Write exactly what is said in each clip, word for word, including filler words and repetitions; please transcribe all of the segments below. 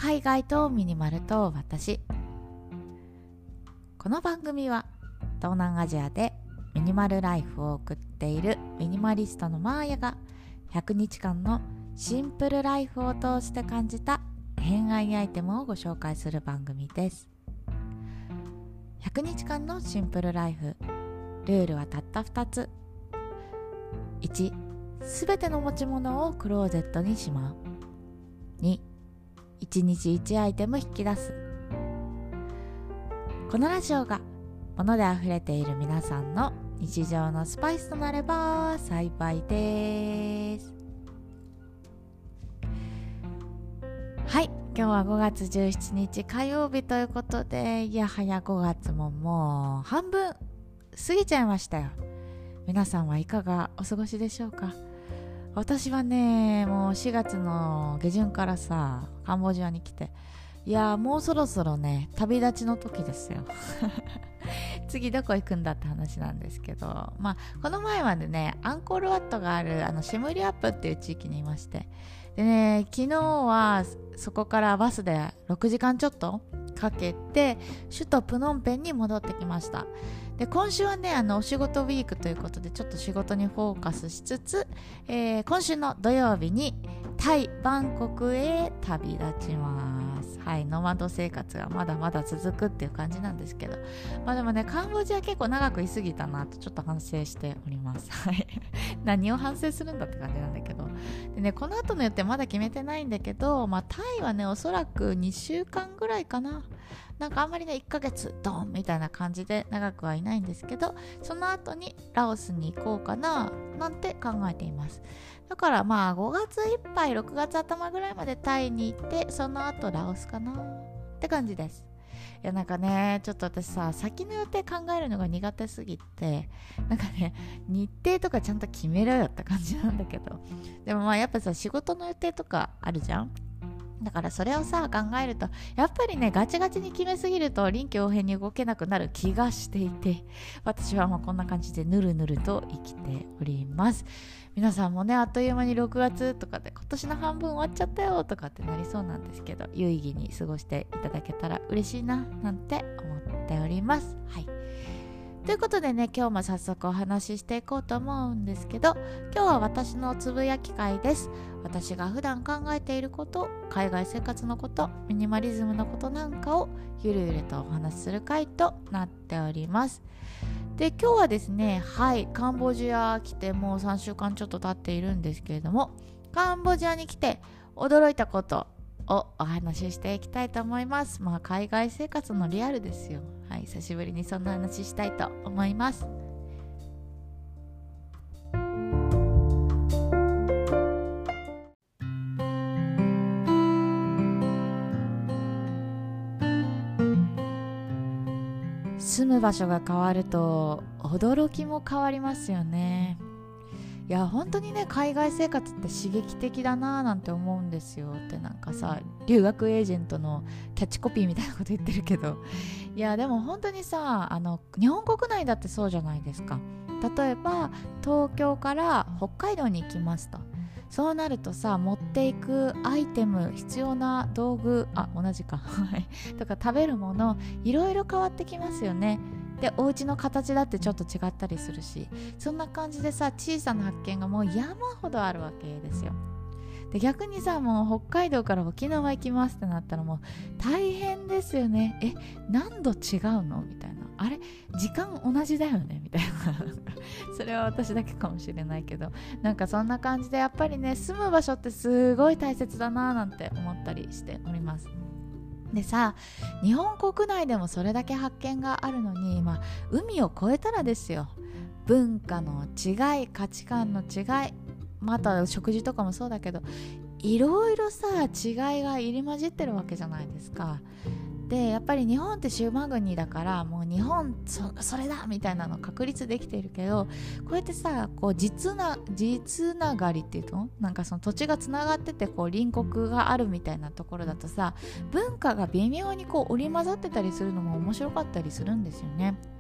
海外とミニマルと私。この番組は東南アジアでミニマルライフを送っているミニマリストのマーヤがひゃくにちかんのシンプルライフを通して感じた偏愛アイテムをご紹介する番組です。ひゃくにちかんのシンプルライフ、ルールはたったふたつ。いち、すべての持ち物をクローゼットにしまう。に、いちにちいちアイテム引き出す。このラジオが物であふれている皆さんの日常のスパイスとなれば幸いです。はい、今日はごがつじゅうしちにち火曜日ということで、いやはやごがつももう半分過ぎちゃいましたよ。皆さんはいかがお過ごしでしょうか。私はね、もうしがつの下旬からさ、カンボジアに来て、いやもうそろそろね、旅立ちの時ですよ次どこ行くんだって話なんですけど、まあこの前までね、アンコールワットがあるあのシムリアップっていう地域にいまして、でね、昨日はそこからバスでろくじかんちょっとかけて首都プノンペンに戻ってきました。で今週はね、あのお仕事ウィークということでちょっと仕事にフォーカスしつつ、えー、今週の土曜日にタイ・バンコクへ旅立ちます。はい、ノマド生活がまだまだ続くっていう感じなんですけど、まあでもね、カンボジア結構長く居すぎたなとちょっと反省しております。はい何を反省するんだって感じなんだけど、でね、この後の予定まだ決めてないんだけど、まあタイはね、おそらくにしゅうかんぐらいかな。なんかあんまりね、いっかげつドンみたいな感じで長くはいないんですけど、その後にラオスに行こうかななんて考えています。だからまあごがついっぱいろくがつあたまぐらいまでタイに行って、その後ラオスかなって感じです。いやなんかね、ちょっと私さ、先の予定考えるのが苦手すぎて、なんかね、日程とかちゃんと決めろよって感じなんだけど、でもまあやっぱさ、仕事の予定とかあるじゃん。だからそれをさ考えると、やっぱりね、ガチガチに決めすぎると臨機応変に動けなくなる気がしていて、私はもうこんな感じでぬるぬると生きております。皆さんもね、あっという間にろくがつとかで今年の半分終わっちゃったよとかってなりそうなんですけど、有意義に過ごしていただけたら嬉しいななんて思っております。はい、ということでね、今日も早速お話ししていこうと思うんですけど、今日は私のつぶやき会です。私が普段考えていること、海外生活のこと、ミニマリズムのことなんかをゆるゆるとお話しする会となっております。で、今日はですね、はい、カンボジア来てもうさんしゅうかんちょっと経っているんですけれども、カンボジアに来て驚いたことをお話ししていきたいと思います。まあ海外生活のリアルですよ。はい、久しぶりにそんな話したいと思います。住む場所が変わると驚きも変わりますよね。いや本当にね、海外生活って刺激的だなーなんて思うんですよ。ってなんかさ、留学エージェントのキャッチコピーみたいなこと言ってるけど、いやでも本当にさ、あの日本国内だってそうじゃないですか。例えば東京から北海道に行きますと、そうなるとさ、持っていくアイテム、必要な道具、あ同じかとか食べるもの、いろいろ変わってきますよね。で、お家の形だってちょっと違ったりするし、そんな感じでさ、小さな発見がもう山ほどあるわけですよ。で、逆にさ、もう北海道から沖縄行きますってなったらもう大変ですよね。え、何度違うのみたいな、あれ時間同じだよねみたいなそれは私だけかもしれないけど、なんかそんな感じでやっぱりね、住む場所ってすごい大切だななんて思ったりしております。でさ、日本国内でもそれだけ発見があるのに、まあ、海を越えたらですよ、文化の違い、価値観の違い、また食事とかもそうだけど、いろいろさ違いが入り混じってるわけじゃないですか。で、やっぱり日本って島国だから、もう日本 そ, それだみたいなの確立できているけど、こうやってさ、こう実な実ながりっていうと、なんかその土地がつながってて、こう隣国があるみたいなところだとさ、文化が微妙にこう織り交ざってたりするのも面白かったりするんですよね。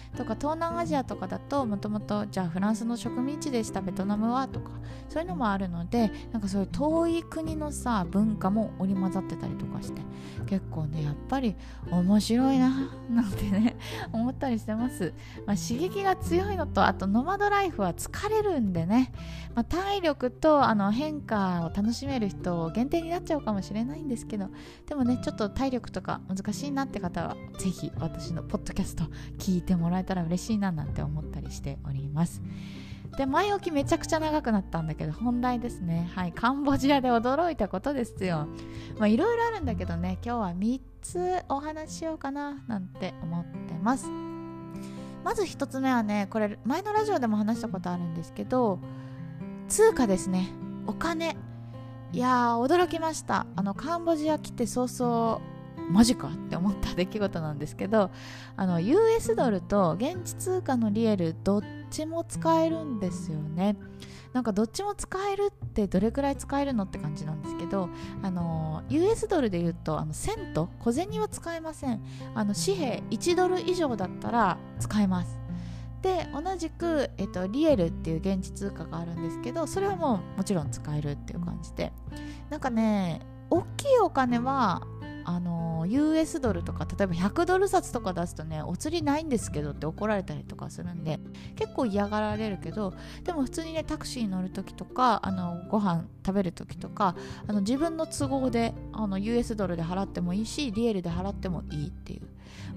とか東南アジアとかだともともとじゃあフランスの植民地でしたベトナムはとかそういうのもあるので、なんかそういう遠い国のさ文化も織り交ざってたりとかして結構ねやっぱり面白いななんてね思ったりしてます。まあ、刺激が強いのとあとノマドライフは疲れるんでね、まあ、体力とあの変化を楽しめる人限定になっちゃうかもしれないんですけど、でもねちょっと体力とか難しいなって方はぜひ私のポッドキャスト聞いてもらえたら嬉しいななんて思ったりしております。で前置きめちゃくちゃ長くなったんだけど本題ですね。はい、カンボジアで驚いたことですよ。まあいろいろあるんだけどね、今日はみっつお話ししようかななんて思ってます。まずひとつめはね、これ前のラジオでも話したことあるんですけど、通貨ですね。お金、いやー驚きました。あのカンボジア来て早々マジかって思った出来事なんですけど、あの ユーエス ドルと現地通貨のリエルどっちも使えるんですよね。なんかどっちも使えるってどれくらい使えるのって感じなんですけど、あの ユーエス ドルで言うとあのセント小銭は使えません。あの紙幣いちドル以上だったら使えます。で同じく、えっと、リエルっていう現地通貨があるんですけど、それはもうもちろん使えるっていう感じで、なんかね大きいお金はあの ユーエス ドルとか例えばひゃくドル札とか出すとねお釣りないんですけどって怒られたりとかするんで結構嫌がられるけど、でも普通にねタクシー乗るときとかあのご飯食べるときとかあの自分の都合であの ユーエス ドルで払ってもいいしリエルで払ってもいいっていう、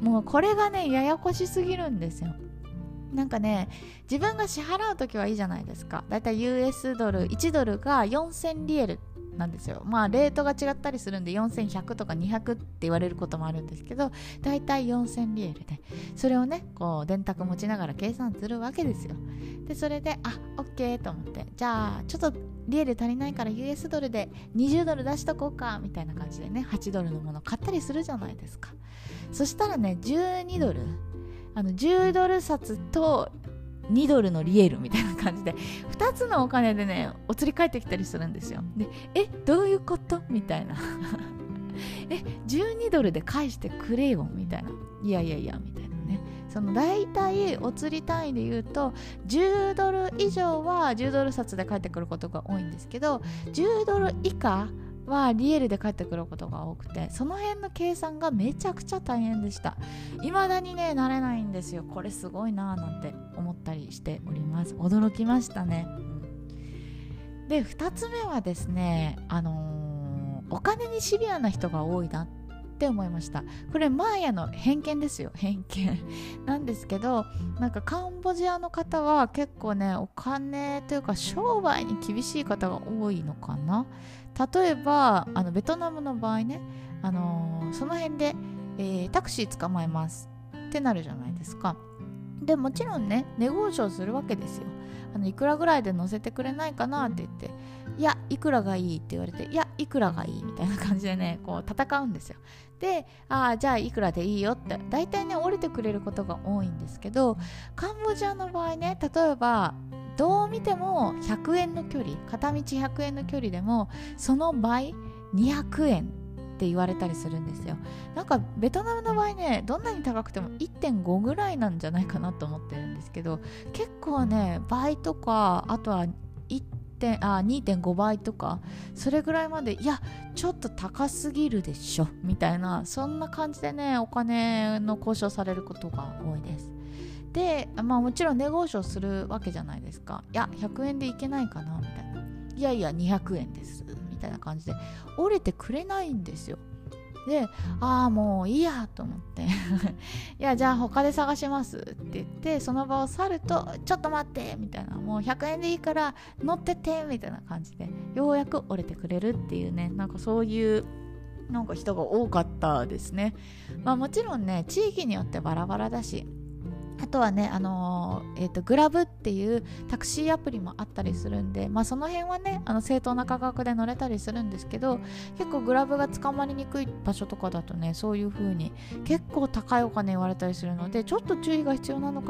もうこれがねややこしすぎるんですよ。なんかね自分が支払うときはいいじゃないですか。だいたい ユーエス ドルいちドルがよんせんリエルなんですよ。まあレートが違ったりするんでよんせんひゃくとかにひゃくって言われることもあるんですけど、だいたいよんせんリエルでそれをねこう電卓持ちながら計算するわけですよ。でそれであオッケーと思って、じゃあちょっとリエル足りないから ユーエス ドルでにじゅうドル出しとこうかみたいな感じでねはちドルのもの買ったりするじゃないですか。そしたらねじゅうにドルあのじゅうドル札とにドルのリエルみたいな感じでふたつのお金でねお釣り返ってきたりするんですよ。でえどういうことみたいなえじゅうにドルで返してくれよみたいな、いやいやいやみたいなね。その大体お釣り単位で言うとじゅうドル以上はじゅうドル札で返ってくることが多いんですけど、じゅうドル以下はリエルで返ってくることが多くて、その辺の計算がめちゃくちゃ大変でした。未だにね慣れないんですよ。これすごいなーなんて思ったりしております。驚きましたね。でふたつめはですね、あのー、お金にシビアな人が多いなって思いました。これマーヤの偏見ですよ、偏見なんですけど、なんかカンボジアの方は結構ねお金というか商売に厳しい方が多いのかな。例えばあのベトナムの場合ね、あのー、その辺で、えー、タクシー捕まえますってなるじゃないですか。でもちろんねネゴーションするわけですよ。あのいくらぐらいで乗せてくれないかなって言って、いやいくらがいいって言われて、いやいくらがいいみたいな感じでねこう戦うんですよ。であじゃあいくらでいいよって大体ね折れてくれることが多いんですけど、カンボジアの場合ね例えばどう見てもひゃくえんの距離、片道ひゃくえんの距離でもその倍にひゃくえんって言われたりするんですよ。なんかベトナムの場合ねどんなに高くても いってんご ぐらいなんじゃないかなと思ってるんですけど、結構ね倍とかあとはあ にてんご 倍とかそれぐらいまで、いやちょっと高すぎるでしょみたいな、そんな感じでねお金の交渉されることが多いです。でまあもちろんネゴーションするわけじゃないですか。いやひゃくえんでいけないかなみたいな、いやいやにひゃくえんですみたいな感じで折れてくれないんですよ。でああもういいやと思っていやじゃあ他で探しますって言ってその場を去ると、ちょっと待ってみたいな、もうひゃくえんでいいから乗ってってみたいな感じでようやく折れてくれるっていうね、なんかそういうなんか人が多かったですね。まあもちろんね地域によってバラバラだし、あとはね、あのーえー、とグラブっていうタクシーアプリもあったりするんで、まあ、その辺はねあの正当な価格で乗れたりするんですけど、結構グラブが捕まりにくい場所とかだとねそういう風に結構高いお金言われたりするので、ちょっと注意が必要なのかな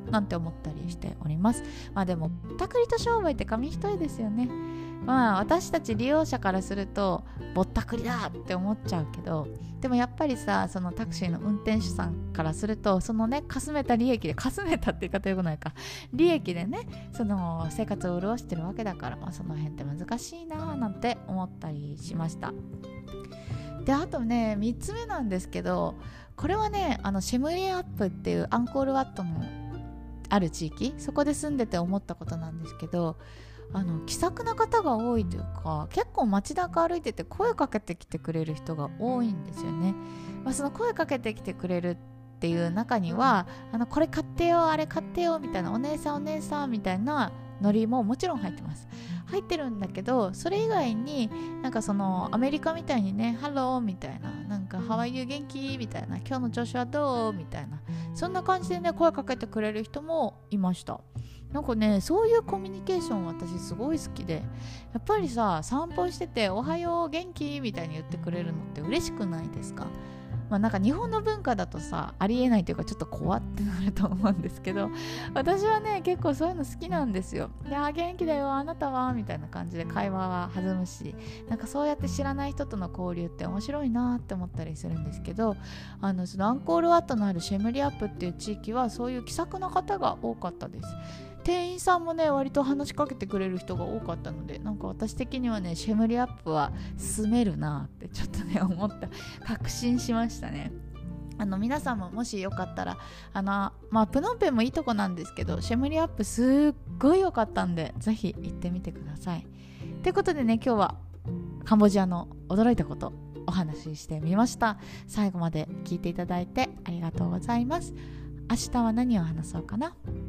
なんて思ったりしております。まあでもぼったくりと商売って紙一重ですよね。まあ私たち利用者からするとぼったくりだって思っちゃうけど、でもやっぱりさ、そのタクシーの運転手さんからすると、そのねかすめた利益で、かすめたって言い方よくないか、利益でねその生活を潤してるわけだから、まあ、その辺って難しいなーなんて思ったりしました。であとねみっつめなんですけど、これはねあのシェムリアップっていうアンコールワットのある地域、そこで住んでて思ったことなんですけど、あの気さくな方が多いというか、結構街中歩いてて声かけてきてくれる人が多いんですよね。まあ、その声かけてきてくれるっていう中には、あのこれ買ってよあれ買ってよみたいな、お姉さんお姉さんみたいなノリももちろん入ってます入ってるんだけど、それ以外になんかそのアメリカみたいにね、ハローみたいな、なんかハワイユー元気みたいな、今日の調子はどうみたいな、そんな感じでね声かけてくれる人もいました。なんかねそういうコミュニケーション私すごい好きで、やっぱりさ散歩してておはよう元気みたいに言ってくれるのって嬉しくないですか？まあなんか日本の文化だとさありえないというか、ちょっと怖ってなると思うんですけど、私はね結構そういうの好きなんですよ。いや元気だよあなたはみたいな感じで会話は弾むし、なんかそうやって知らない人との交流って面白いなって思ったりするんですけど、あのそのアンコールワットのあるシェムリアップっていう地域はそういう気さくな方が多かったです。店員さんもね割と話しかけてくれる人が多かったので、なんか私的にはねシェムリアップは住めるなってちょっとね思った、確信しましたね。あの皆さんももしよかったら、あのまあプノンペンもいいとこなんですけど、シェムリアップすっごい良かったんで、ぜひ行ってみてください。ということでね、今日はカンボジアの驚いたことお話ししてみました。最後まで聞いていただいてありがとうございます。明日は何を話そうかな。